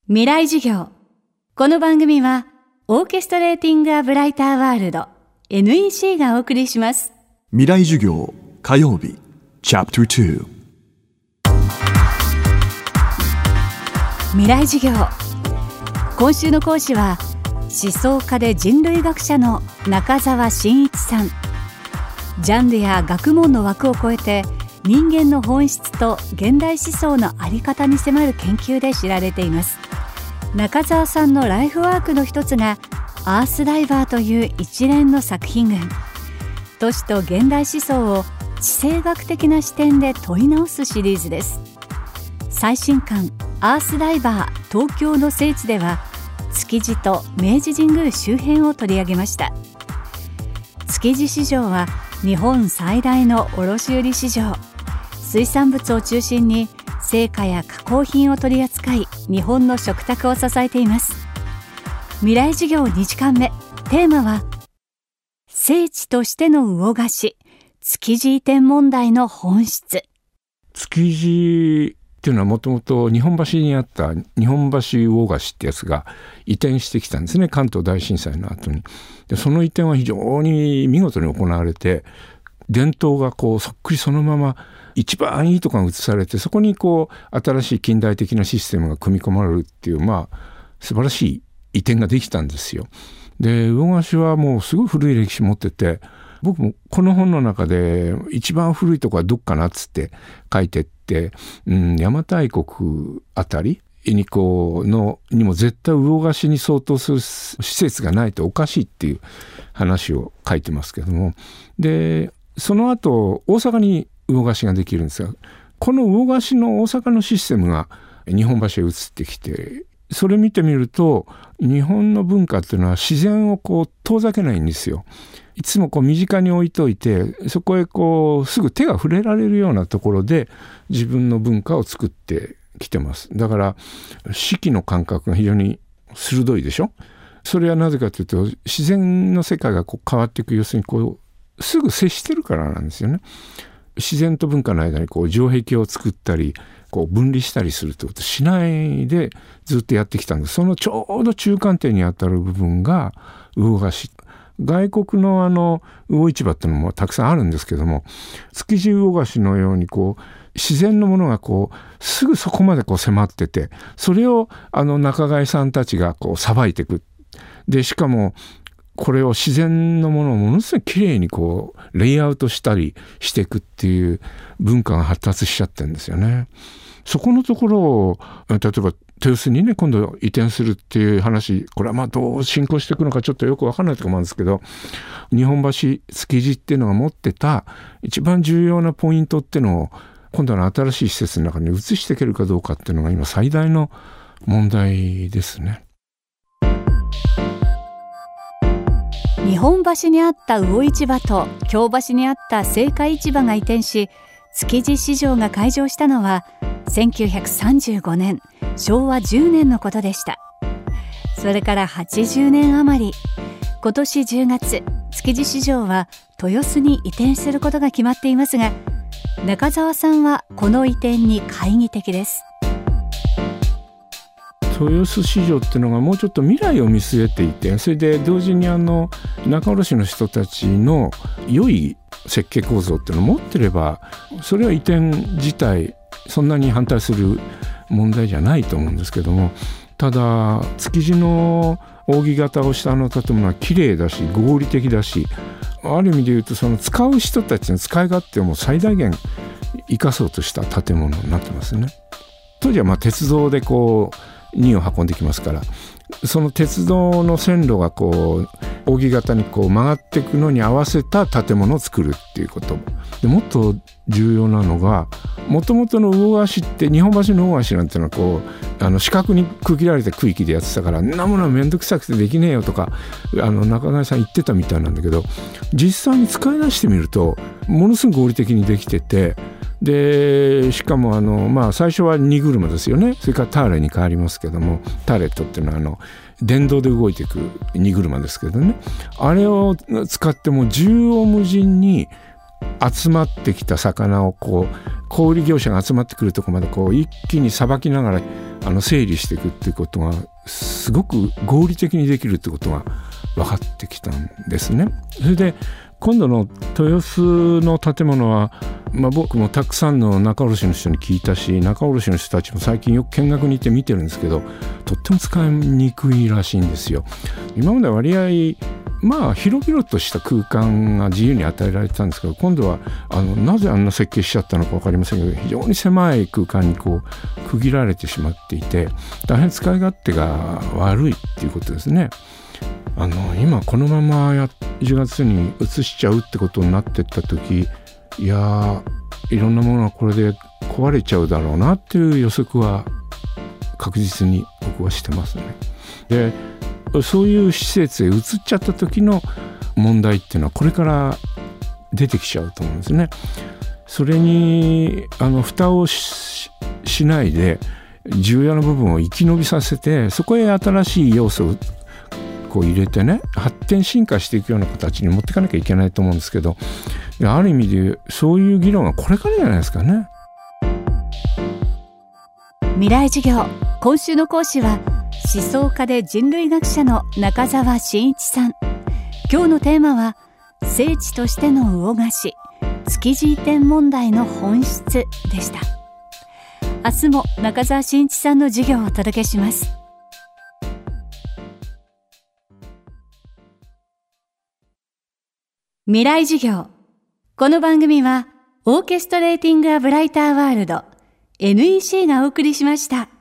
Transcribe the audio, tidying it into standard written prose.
未来授業。この番組はオーケストレーティング・ア・ブライター・ワールド NEC がお送りします。 未来授業火曜日チャプター2、 未来授業。今週の講師は思想家で人類学者の中澤真一さん。ジャンルや学問の枠を超えて人間の本質と現代思想の在り方に迫る研究で知られています。中澤さんのライフワークの一つがアースダイバーという一連の作品群。都市と現代思想を地政学的な視点で問い直すシリーズです。最新刊アースダイバー東京の聖地では築地と明治神宮周辺を取り上げました。築地市場は日本最大の卸売市場。水産物を中心に青果や加工品を取り扱い、日本の食卓を支えています。未来授業2時間目、テーマは聖地としての魚河岸、築地移転問題の本質。 築地っていうのはもともと日本橋にあった日本橋魚河岸ってやつが移転してきたんですね、関東大震災の後に。でその移転は非常に見事に行われて、伝統がそっくりそのまま一番いいところが移されて、そこに新しい近代的なシステムが組み込まれるっていう素晴らしい移転ができたんですよ。で魚河岸はもうすごい古い歴史持ってて、僕もこの本の中で一番古いとこはどっかなっつって書いてって、邪馬台国あたりにも絶対魚河岸に相当する施設がないとおかしいっていう話を書いてますけども、でその後大阪に魚河岸ができるんですが、この魚河岸の大阪のシステムが日本橋へ移ってきて、それ見てみると日本の文化っていうのは自然を遠ざけないんですよ。いつも身近に置いといて、そこへすぐ手が触れられるようなところで自分の文化を作ってきてます。だから四季の感覚が非常に鋭いでしょ。それはなぜかというと、自然の世界が変わっていく、要するにすぐ接してるからなんですよね。自然と文化の間に城壁を作ったり分離したりするってことしないでずっとやってきたんです。そのちょうど中間点にあたる部分が魚河岸。外国の魚市場っていうのもたくさんあるんですけども、築地魚河岸のように自然のものがすぐそこまで迫ってて、それを仲買さんたちがさばいていく。でしかもこれを自然のものをものすごいきれいにレイアウトしたりしていくっていう文化が発達しちゃってるんですよね。そこのところを例えば豊洲にね、今度移転するっていう話、これはどう進行していくのかちょっとよく分からないところなんですけど、日本橋築地っていうのが持ってた一番重要なポイントっていうのを今度の新しい施設の中に移していけるかどうかっていうのが今最大の問題ですね。 日本橋にあった魚市場と京橋にあった青果市場が移転し、築地市場が開場したのは1935年、昭和10年のことでした。それから80年余り、今年10月、築地市場は豊洲に移転することが決まっていますが、中澤さんはこの移転に懐疑的です。 豊洲市場っていうのがもうちょっと未来を見据えていて、それで同時に仲卸の人たちの良い設計構造っていうのを持ってれば、それは移転自体そんなに反対する問題じゃないと思うんですけども、ただ築地の扇形をした建物は綺麗だし合理的だし、ある意味で言うとその使う人たちの使い勝手をもう最大限生かそうとした建物になってますね。当時は鉄道で荷を運んできますから、その鉄道の線路が扇形に曲がっていくのに合わせた建物を作るっていうことで、もっと重要なのが、もともとの魚河岸って日本橋の魚河岸なんていうのは四角に区切られた区域でやってたから、んなものはめんどくさくてできねえよとか中川さん言ってたみたいなんだけど、実際に使い出してみるとものすごく合理的にできてて、でしかも最初は荷車ですよね。それからターレに変わりますけども、ターレットっていうのは電動で動いていく荷車ですけどね、あれを使っても縦横無尽に集まってきた魚をこう小売業者が集まってくるところまでこう一気にさばきながら整理していくっていうことがすごく合理的にできるってことが分かってきたんですね。それで今度の豊洲の建物は、僕もたくさんの仲卸の人に聞いたし、仲卸の人たちも最近よく見学に行って見てるんですけど、とっても使いにくいらしいんですよ。今までは割合広々とした空間が自由に与えられてたんですけど、今度はなぜあんな設計しちゃったのか分かりませんけど、非常に狭い空間にこう区切られてしまっていて、大変使い勝手が悪いっていうことですね。今このまま10月に移しちゃうってことになってった時、いろんなものがこれで壊れちゃうだろうなっていう予測は確実に僕はしてますね。でそういう施設へ移っちゃった時の問題っていうのはこれから出てきちゃうと思うんですね。それに蓋を しないで重要な部分を生き延びさせて、そこへ新しい要素をこう入れてね、発展進化していくような形に持っていかなきゃいけないと思うんですけど、ある意味でそういう議論はこれからじゃないですかね。 未来授業、今週の講師は思想家で人類学者の中澤真一さん。今日のテーマは聖地としての魚河岸、築地移転問題の本質でした。明日も中澤真一さんの授業をお届けします。未来授業。この番組はオーケストレーティング・ア・ブライター・ワールド NEC がお送りしました。